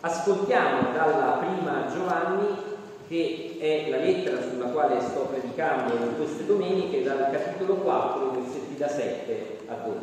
Ascoltiamo dalla prima Giovanni, che è la lettera sulla quale sto predicando in queste domeniche, dal capitolo 4, versetti da 7 a 12.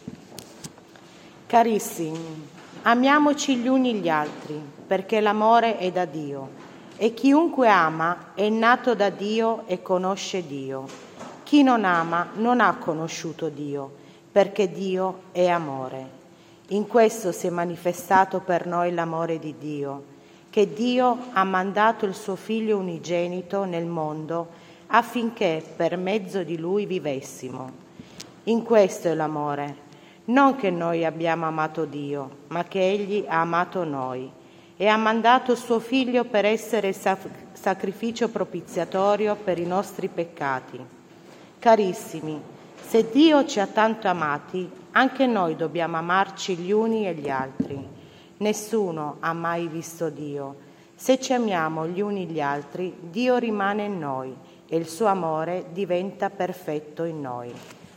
Carissimi, amiamoci gli uni gli altri, perché l'amore è da Dio, e chiunque ama è nato da Dio e conosce Dio. Chi non ama non ha conosciuto Dio, perché Dio è amore. In questo si è manifestato per noi l'amore di Dio, che Dio ha mandato il suo Figlio unigenito nel mondo affinché per mezzo di Lui vivessimo. In questo è l'amore, non che noi abbiamo amato Dio, ma che Egli ha amato noi e ha mandato il suo Figlio per essere sacrificio propiziatorio per i nostri peccati. Carissimi, se Dio ci ha tanto amati, anche noi dobbiamo amarci gli uni e gli altri. Nessuno ha mai visto Dio. Se ci amiamo gli uni gli altri, Dio rimane in noi e il suo amore diventa perfetto in noi.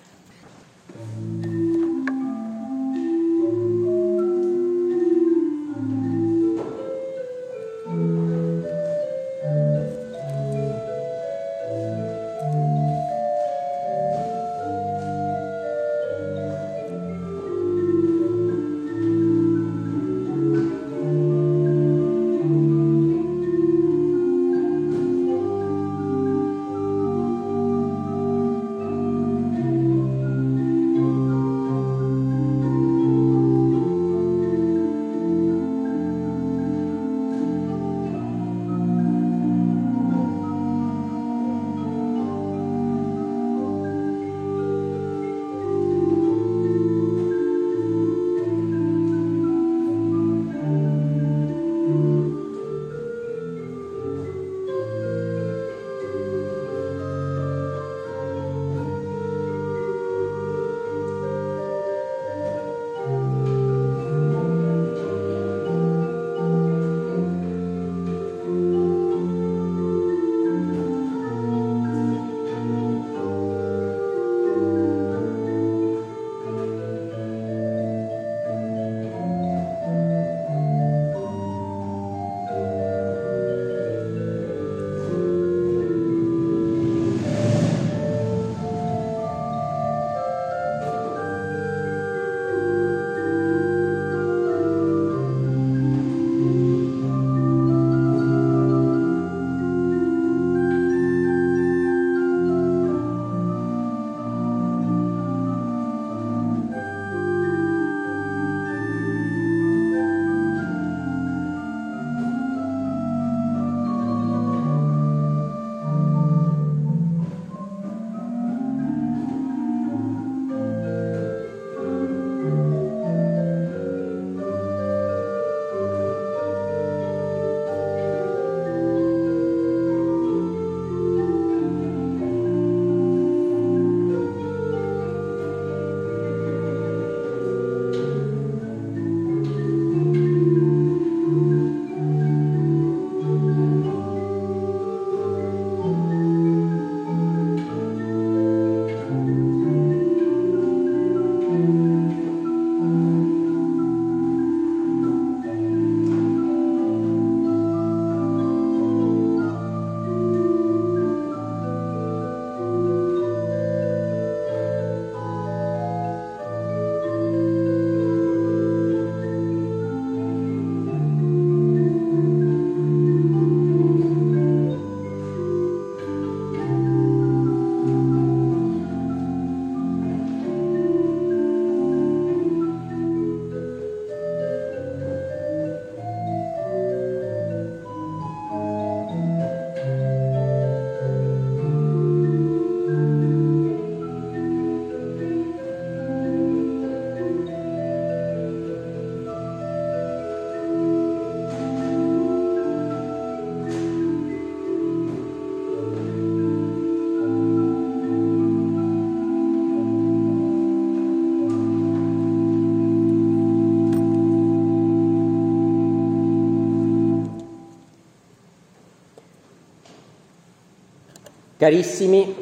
Carissimi,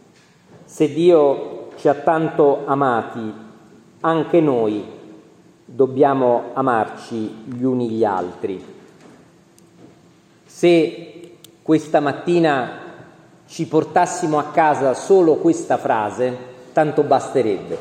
se Dio ci ha tanto amati, anche noi dobbiamo amarci gli uni gli altri. Se questa mattina ci portassimo a casa solo questa frase, tanto basterebbe.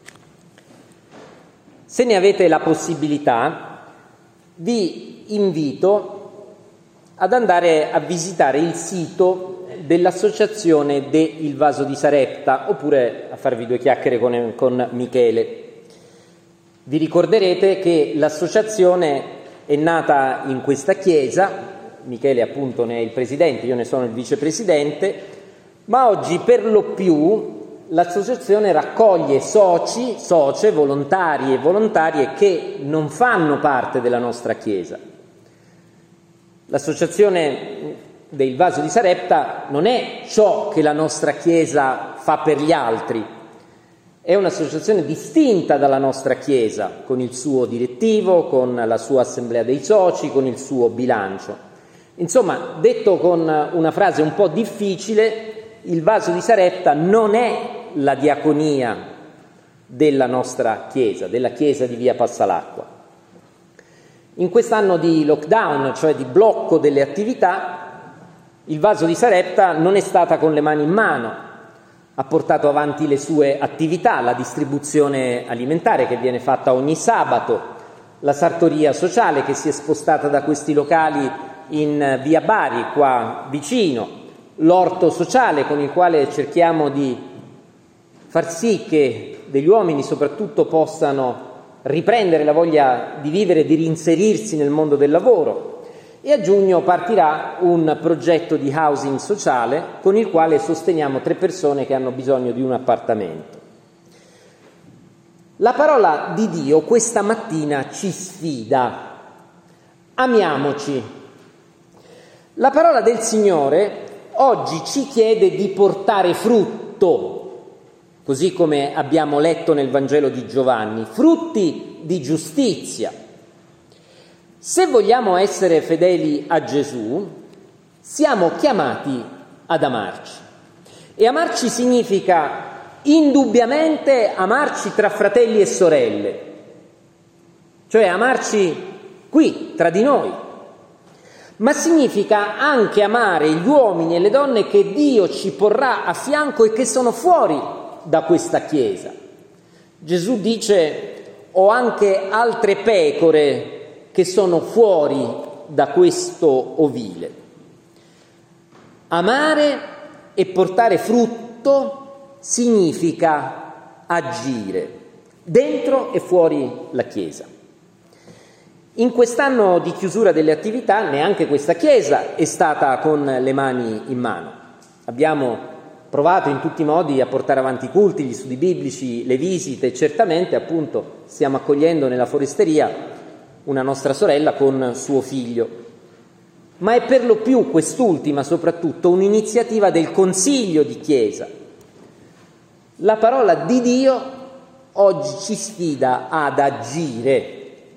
Se ne avete la possibilità, vi invito ad andare a visitare il sito dell'associazione de Il Vaso di Sarepta, oppure a farvi due chiacchiere con Michele. Vi ricorderete che l'associazione è nata in questa chiesa, Michele appunto ne è il presidente, io ne sono il vicepresidente, ma oggi per lo più l'associazione raccoglie soci, socie, volontari e volontarie che non fanno parte della nostra chiesa. L'associazione del Vaso di Sarepta non è ciò che la nostra chiesa fa per gli altri, è un'associazione distinta dalla nostra chiesa, con il suo direttivo, con la sua assemblea dei soci, con il suo bilancio. Insomma, detto con una frase un po' difficile, il Vaso di Sarepta non è la diaconia della nostra chiesa, della chiesa di via Passalacqua. In quest'anno di lockdown, cioè di blocco delle attività, il Vaso di Sarepta non è stata con le mani in mano, ha portato avanti le sue attività, la distribuzione alimentare che viene fatta ogni sabato, la sartoria sociale che si è spostata da questi locali in via Bari, qua vicino, l'orto sociale con il quale cerchiamo di far sì che degli uomini soprattutto possano riprendere la voglia di vivere e di reinserirsi nel mondo del lavoro. E a giugno partirà un progetto di housing sociale con il quale sosteniamo 3 persone che hanno bisogno di un appartamento. La parola di Dio questa mattina ci sfida. Amiamoci. La parola del Signore oggi ci chiede di portare frutto, così come abbiamo letto nel Vangelo di Giovanni, frutti di giustizia. Se vogliamo essere fedeli a Gesù, siamo chiamati ad amarci. E amarci significa indubbiamente amarci tra fratelli e sorelle, cioè amarci qui, tra di noi. Ma significa anche amare gli uomini e le donne che Dio ci porrà a fianco e che sono fuori da questa Chiesa. Gesù dice: ho anche altre pecore che sono fuori da questo ovile. Amare e portare frutto significa agire, dentro e fuori la Chiesa. In quest'anno di chiusura delle attività, neanche questa Chiesa è stata con le mani in mano. Abbiamo provato in tutti i modi a portare avanti i culti, gli studi biblici, le visite, certamente appunto stiamo accogliendo nella foresteria una nostra sorella con suo figlio, ma è per lo più quest'ultima soprattutto un'iniziativa del Consiglio di Chiesa. La parola di Dio oggi ci sfida ad agire.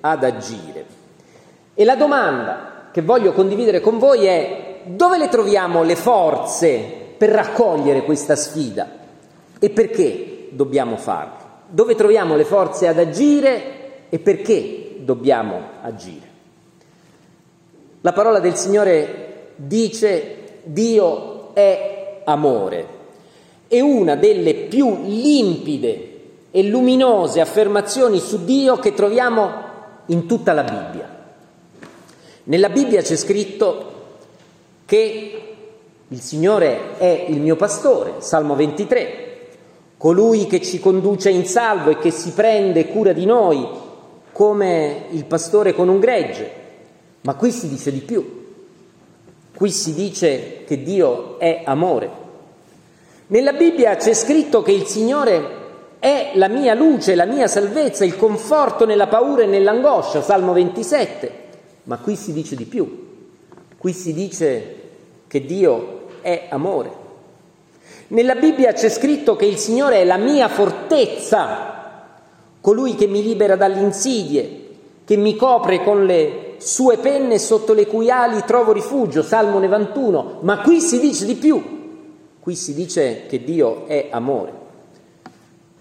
E la domanda che voglio condividere con voi è: dove le troviamo le forze per raccogliere questa sfida e perché dobbiamo farlo? Dove troviamo le forze ad agire e perché dobbiamo agire? La parola del Signore dice: Dio è amore. È una delle più limpide e luminose affermazioni su Dio che troviamo in tutta la Bibbia. Nella Bibbia c'è scritto che il Signore è il mio pastore, Salmo 23, colui che ci conduce in salvo e che si prende cura di noi come il pastore con un gregge. Ma qui si dice di più. Qui si dice che Dio è amore. Nella Bibbia c'è scritto che il Signore è la mia luce, la mia salvezza, il conforto nella paura e nell'angoscia, Salmo 27. Ma qui si dice di più. Qui si dice che Dio è amore. Nella Bibbia c'è scritto che il Signore è la mia fortezza, colui che mi libera dalle insidie, che mi copre con le sue penne sotto le cui ali trovo rifugio, Salmo 91. Ma qui si dice di più. Qui si dice che Dio è amore.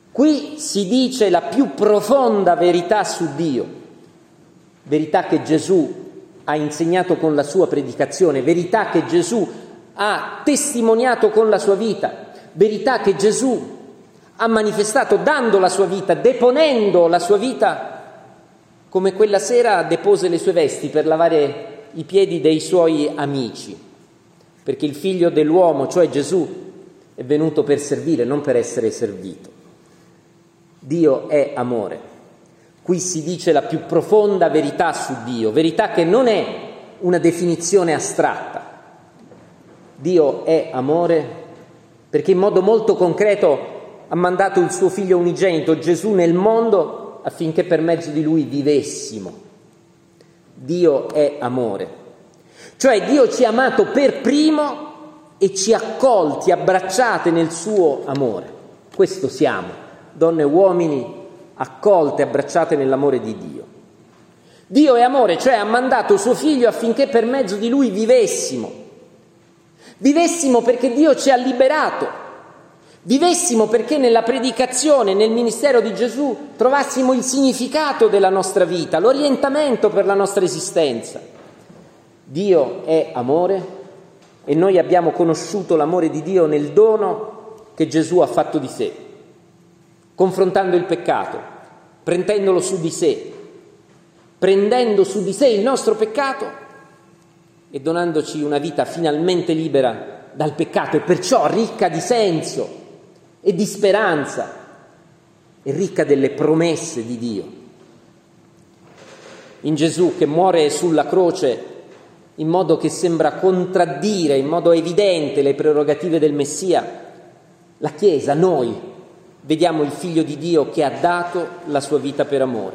Qui si dice la più profonda verità su Dio, verità che Gesù ha insegnato con la sua predicazione, verità che Gesù ha testimoniato con la sua vita, verità che Gesù ha manifestato dando la sua vita, deponendo la sua vita, come quella sera depose le sue vesti per lavare i piedi dei suoi amici, perché il figlio dell'uomo, cioè Gesù, è venuto per servire, non per essere servito. Dio è amore. Qui si dice la più profonda verità su Dio, verità che non è una definizione astratta. Dio è amore perché in modo molto concreto ha mandato il suo figlio unigenito, Gesù, nel mondo affinché per mezzo di lui vivessimo. Dio è amore. Cioè Dio ci ha amato per primo e ci ha accolti, abbracciate nel suo amore. Questo siamo, donne e uomini accolte, abbracciate nell'amore di Dio. Dio è amore, cioè ha mandato suo figlio affinché per mezzo di lui vivessimo. Vivessimo perché Dio ci ha liberato. Vivessimo perché nella predicazione, nel ministero di Gesù, trovassimo il significato della nostra vita, l'orientamento per la nostra esistenza. Dio è amore e noi abbiamo conosciuto l'amore di Dio nel dono che Gesù ha fatto di sé, confrontando il peccato, prendendolo su di sé, prendendo su di sé il nostro peccato e donandoci una vita finalmente libera dal peccato e perciò ricca di senso e di speranza e ricca delle promesse di Dio. In Gesù che muore sulla croce in modo che sembra contraddire in modo evidente le prerogative del Messia, la Chiesa, noi, vediamo il Figlio di Dio che ha dato la sua vita per amore.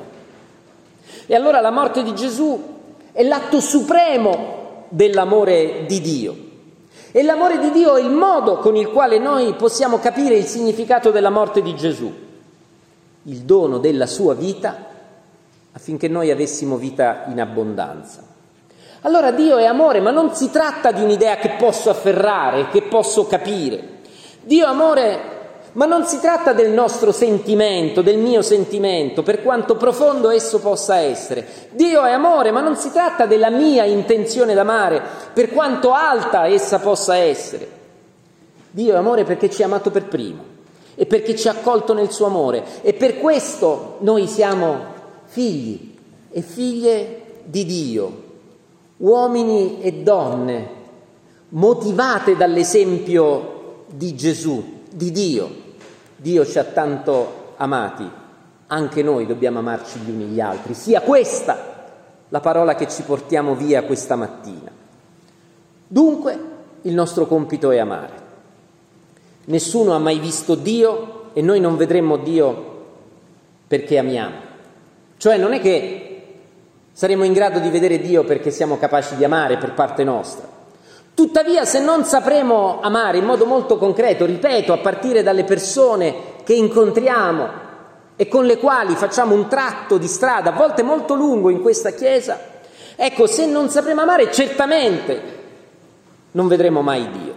E allora la morte di Gesù è l'atto supremo dell'amore di Dio. E l'amore di Dio è il modo con il quale noi possiamo capire il significato della morte di Gesù, il dono della sua vita affinché noi avessimo vita in abbondanza. Allora Dio è amore, ma non si tratta di un'idea che posso afferrare, che posso capire. Dio è amore, ma non si tratta del nostro sentimento, del mio sentimento, per quanto profondo esso possa essere. Dio è amore, ma non si tratta della mia intenzione d'amare, per quanto alta essa possa essere. Dio è amore perché ci ha amato per primo e perché ci ha accolto nel suo amore e per questo noi siamo figli e figlie di Dio, uomini e donne motivate dall'esempio di Gesù, di Dio. Dio ci ha tanto amati, anche noi dobbiamo amarci gli uni gli altri. Sia questa la parola che ci portiamo via questa mattina. Dunque, il nostro compito è amare. Nessuno ha mai visto Dio e noi non vedremo Dio perché amiamo. Cioè non è che saremo in grado di vedere Dio perché siamo capaci di amare per parte nostra. Tuttavia, se non sapremo amare in modo molto concreto, ripeto, a partire dalle persone che incontriamo e con le quali facciamo un tratto di strada, a volte molto lungo in questa Chiesa, ecco, se non sapremo amare, certamente non vedremo mai Dio.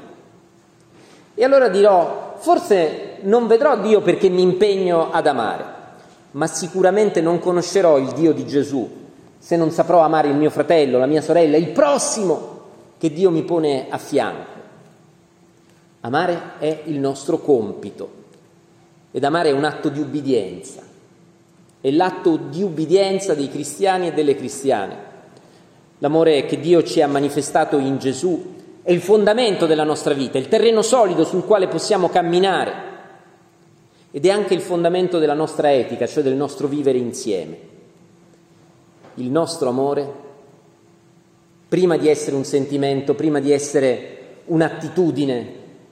E allora dirò, forse non vedrò Dio perché mi impegno ad amare, ma sicuramente non conoscerò il Dio di Gesù se non saprò amare il mio fratello, la mia sorella, il prossimo che Dio mi pone a fianco. Amare è il nostro compito ed amare è un atto di ubbidienza, è l'atto di ubbidienza dei cristiani e delle cristiane. L'amore che Dio ci ha manifestato in Gesù è il fondamento della nostra vita, il terreno solido sul quale possiamo camminare ed è anche il fondamento della nostra etica, cioè del nostro vivere insieme. Il nostro amore, prima di essere un sentimento, prima di essere un'attitudine,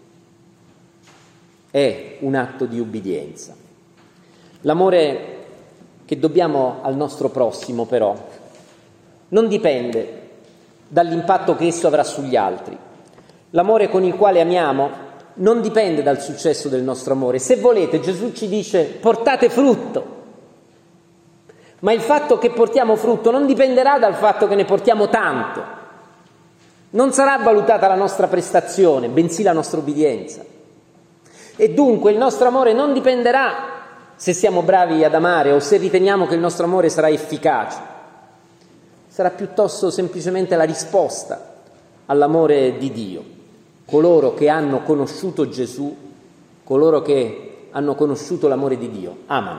è un atto di ubbidienza. L'amore che dobbiamo al nostro prossimo, però, non dipende dall'impatto che esso avrà sugli altri. L'amore con il quale amiamo non dipende dal successo del nostro amore. Se volete, Gesù ci dice: portate frutto. Ma il fatto che portiamo frutto non dipenderà dal fatto che ne portiamo tanto. Non sarà valutata la nostra prestazione, bensì la nostra obbedienza. E dunque il nostro amore non dipenderà se siamo bravi ad amare o se riteniamo che il nostro amore sarà efficace. Sarà piuttosto semplicemente la risposta all'amore di Dio. Coloro che hanno conosciuto Gesù, coloro che hanno conosciuto l'amore di Dio, amano.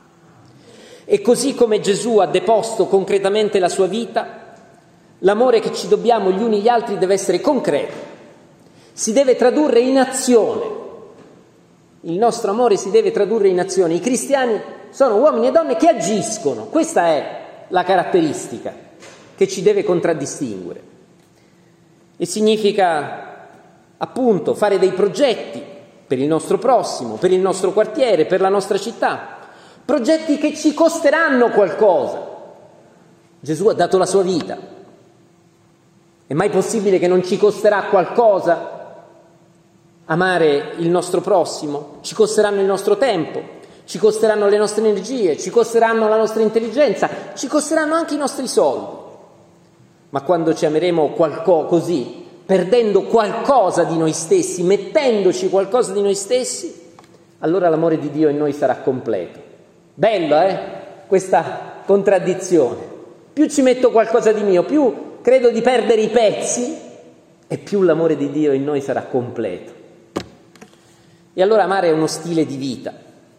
E così come Gesù ha deposto concretamente la sua vita, l'amore che ci dobbiamo gli uni gli altri deve essere concreto, si deve tradurre in azione. Il nostro amore si deve tradurre in azione. I cristiani sono uomini e donne che agiscono, questa è la caratteristica che ci deve contraddistinguere. E significa appunto fare dei progetti per il nostro prossimo, per il nostro quartiere, per la nostra città, progetti che ci costeranno qualcosa. Gesù ha dato la sua vita. È mai possibile che non ci costerà qualcosa amare il nostro prossimo? Ci costeranno il nostro tempo, ci costeranno le nostre energie, ci costeranno la nostra intelligenza, ci costeranno anche i nostri soldi. Ma quando ci ameremo così, perdendo qualcosa di noi stessi, mettendoci qualcosa di noi stessi, allora l'amore di Dio in noi sarà completo. Bello, questa contraddizione. Più ci metto qualcosa di mio, più credo di perdere i pezzi e più l'amore di Dio in noi sarà completo. E allora amare è uno stile di vita.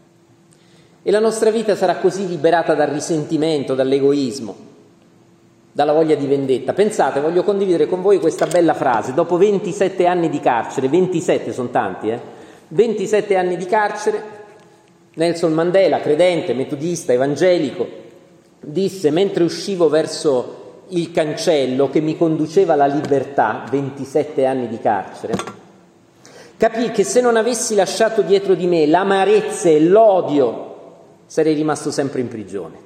E la nostra vita sarà così liberata dal risentimento, dall'egoismo, dalla voglia di vendetta. Pensate, voglio condividere con voi questa bella frase. Dopo 27 anni di carcere, 27 sono tanti, 27 anni di carcere, Nelson Mandela, credente, metodista, evangelico, disse mentre uscivo verso il cancello che mi conduceva alla libertà, 27 anni di carcere, capii che se non avessi lasciato dietro di me l'amarezza e l'odio, sarei rimasto sempre in prigione.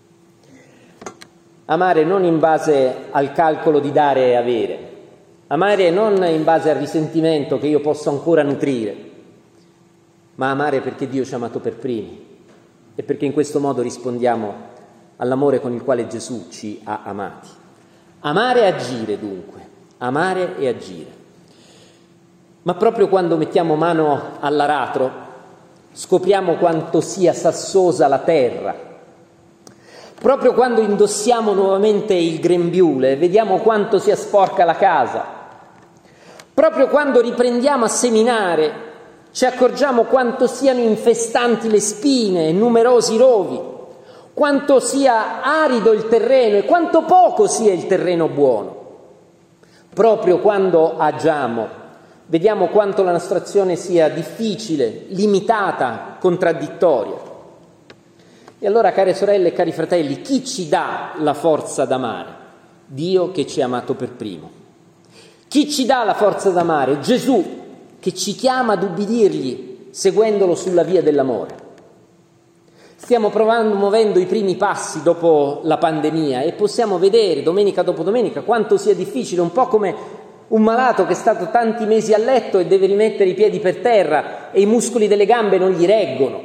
Amare non in base al calcolo di dare e avere, amare non in base al risentimento che io posso ancora nutrire, ma amare perché Dio ci ha amato per primi e perché in questo modo rispondiamo all'amore con il quale Gesù ci ha amati. Amare e agire dunque, amare e agire. Ma proprio quando mettiamo mano all'aratro scopriamo quanto sia sassosa la terra. Proprio quando indossiamo nuovamente il grembiule vediamo quanto sia sporca la casa. Proprio quando riprendiamo a seminare ci accorgiamo quanto siano infestanti le spine e numerosi rovi, quanto sia arido il terreno e quanto poco sia il terreno buono. Proprio quando agiamo vediamo quanto la nostra azione sia difficile, limitata, contraddittoria. E allora, care sorelle e cari fratelli, chi ci dà la forza d'amare? Dio che ci ha amato per primo. Chi ci dà la forza d'amare? Gesù, che ci chiama ad ubbidirgli, seguendolo sulla via dell'amore. Stiamo muovendo i primi passi dopo la pandemia e possiamo vedere domenica dopo domenica quanto sia difficile, un po' come un malato che è stato tanti mesi a letto e deve rimettere i piedi per terra e i muscoli delle gambe non gli reggono.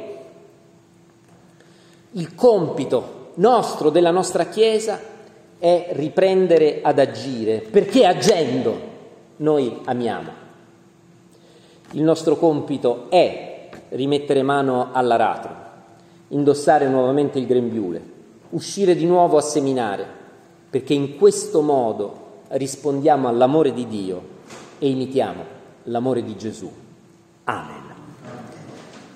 Il compito nostro, della nostra Chiesa, è riprendere ad agire, perché agendo noi amiamo. Il nostro compito è rimettere mano all'aratro, indossare nuovamente il grembiule, uscire di nuovo a seminare, perché in questo modo rispondiamo all'amore di Dio e imitiamo l'amore di Gesù. Amen.